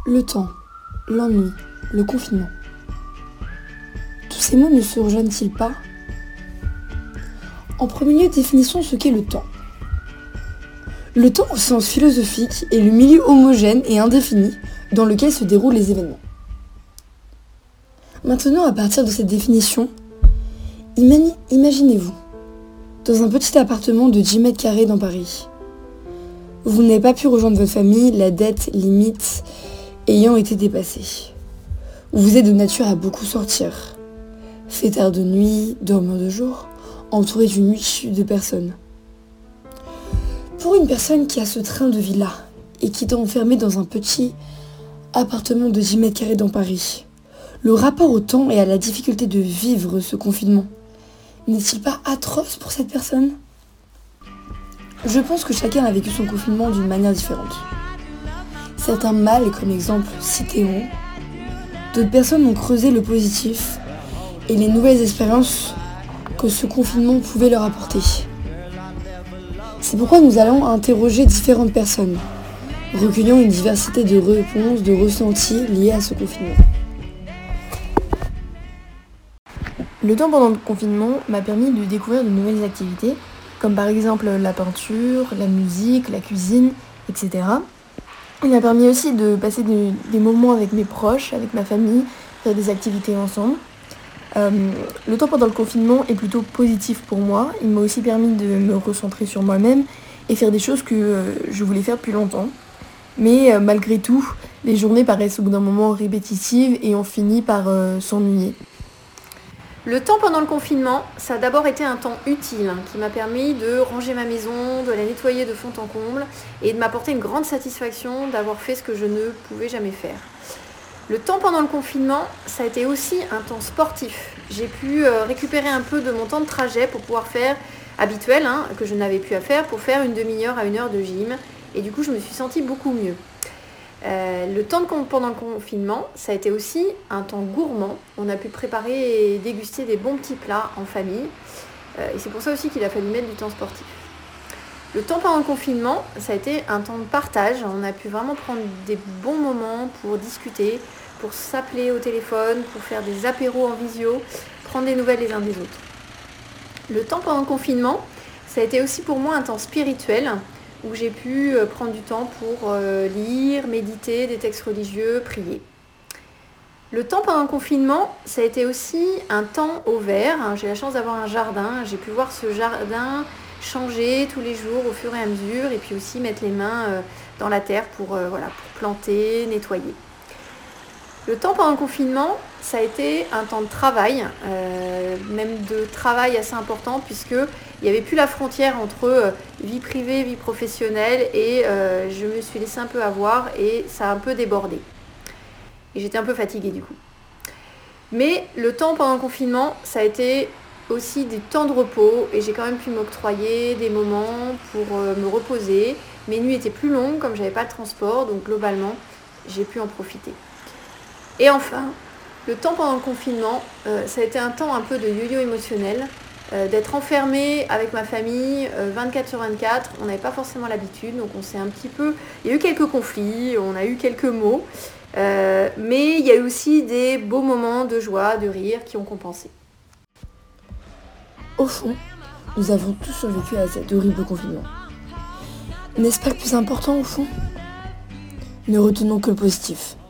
le temps, l'ennui, le confinement. Tous ces mots ne se rejoignent-ils pas? En premier lieu, définissons ce qu'est le temps. Le temps au sens philosophique est le milieu homogène et indéfini dans lequel se déroulent les événements. Maintenant, à partir de cette définition, imaginez-vous dans un petit appartement de 10 mètres carrés dans Paris. Vous n'avez pas pu rejoindre votre famille, la dette limite ayant été dépassée. Vous êtes de nature à beaucoup sortir, fêtard de nuit, dormeur de jour, entouré d'une multitude de personnes. Pour une personne qui a ce train de vie-là et qui est enfermée dans un petit appartement de 10 mètres carrés dans Paris, le rapport au temps et à la difficulté de vivre ce confinement n'est-il pas atroce pour cette personne? Je pense que chacun a vécu son confinement d'une manière différente. Certains mal, comme exemple citeront, d'autres personnes ont creusé le positif et les nouvelles expériences que ce confinement pouvait leur apporter. C'est pourquoi nous allons interroger différentes personnes, recueillant une diversité de réponses, de ressentis liés à ce confinement. Le temps pendant le confinement m'a permis de découvrir de nouvelles activités, comme par exemple la peinture, la musique, la cuisine, etc. Il m'a permis aussi de passer des moments avec mes proches, avec ma famille, faire des activités ensemble. Le temps pendant le confinement est plutôt positif pour moi. Il m'a aussi permis de me recentrer sur moi-même et faire des choses que je voulais faire depuis longtemps. Mais malgré tout, les journées paraissent au bout d'un moment répétitives et on finit par s'ennuyer. Le temps pendant le confinement, ça a d'abord été un temps utile qui m'a permis de ranger ma maison, de la nettoyer de fond en comble et de m'apporter une grande satisfaction d'avoir fait ce que je ne pouvais jamais faire. Le temps pendant le confinement, ça a été aussi un temps sportif. J'ai pu récupérer un peu de mon temps de trajet pour pouvoir faire habituel, que je n'avais plus à faire, pour faire une demi-heure à 1 heure de gym. Et du coup, je me suis sentie beaucoup mieux. Le temps pendant le confinement, ça a été aussi un temps gourmand. On a pu préparer et déguster des bons petits plats en famille. Et c'est pour ça aussi qu'il a fallu mettre du temps sportif. Le temps pendant le confinement, ça a été un temps de partage. On a pu vraiment prendre des bons moments pour discuter, pour s'appeler au téléphone, pour faire des apéros en visio, prendre des nouvelles les uns des autres. Le temps pendant le confinement, ça a été aussi pour moi un temps spirituel, où j'ai pu prendre du temps pour lire, méditer, des textes religieux, prier. Le temps pendant le confinement, ça a été aussi un temps au vert. J'ai la chance d'avoir un jardin, j'ai pu voir ce jardin changer tous les jours au fur et à mesure et puis aussi mettre les mains dans la terre pour planter, nettoyer. Le temps pendant le confinement, ça a été un temps de travail, même de travail assez important puisqu'il n'y avait plus la frontière entre vie privée, vie professionnelle et je me suis laissée un peu avoir et ça a un peu débordé. Et j'étais un peu fatiguée du coup. Mais le temps pendant le confinement, ça a été aussi des temps de repos et j'ai quand même pu m'octroyer des moments pour me reposer. Mes nuits étaient plus longues comme j'avais pas de transport, donc globalement, j'ai pu en profiter. Et enfin, le temps pendant le confinement, ça a été un temps un peu de yo-yo émotionnel, d'être enfermée avec ma famille 24/24. On n'avait pas forcément l'habitude, donc on s'est un petit peu... Il y a eu quelques conflits, on a eu quelques mots, mais il y a eu aussi des beaux moments de joie, de rire qui ont compensé. Au fond, nous avons tous survécu à cet horrible confinement. N'est-ce pas le plus important au fond? Ne retenons que le positif.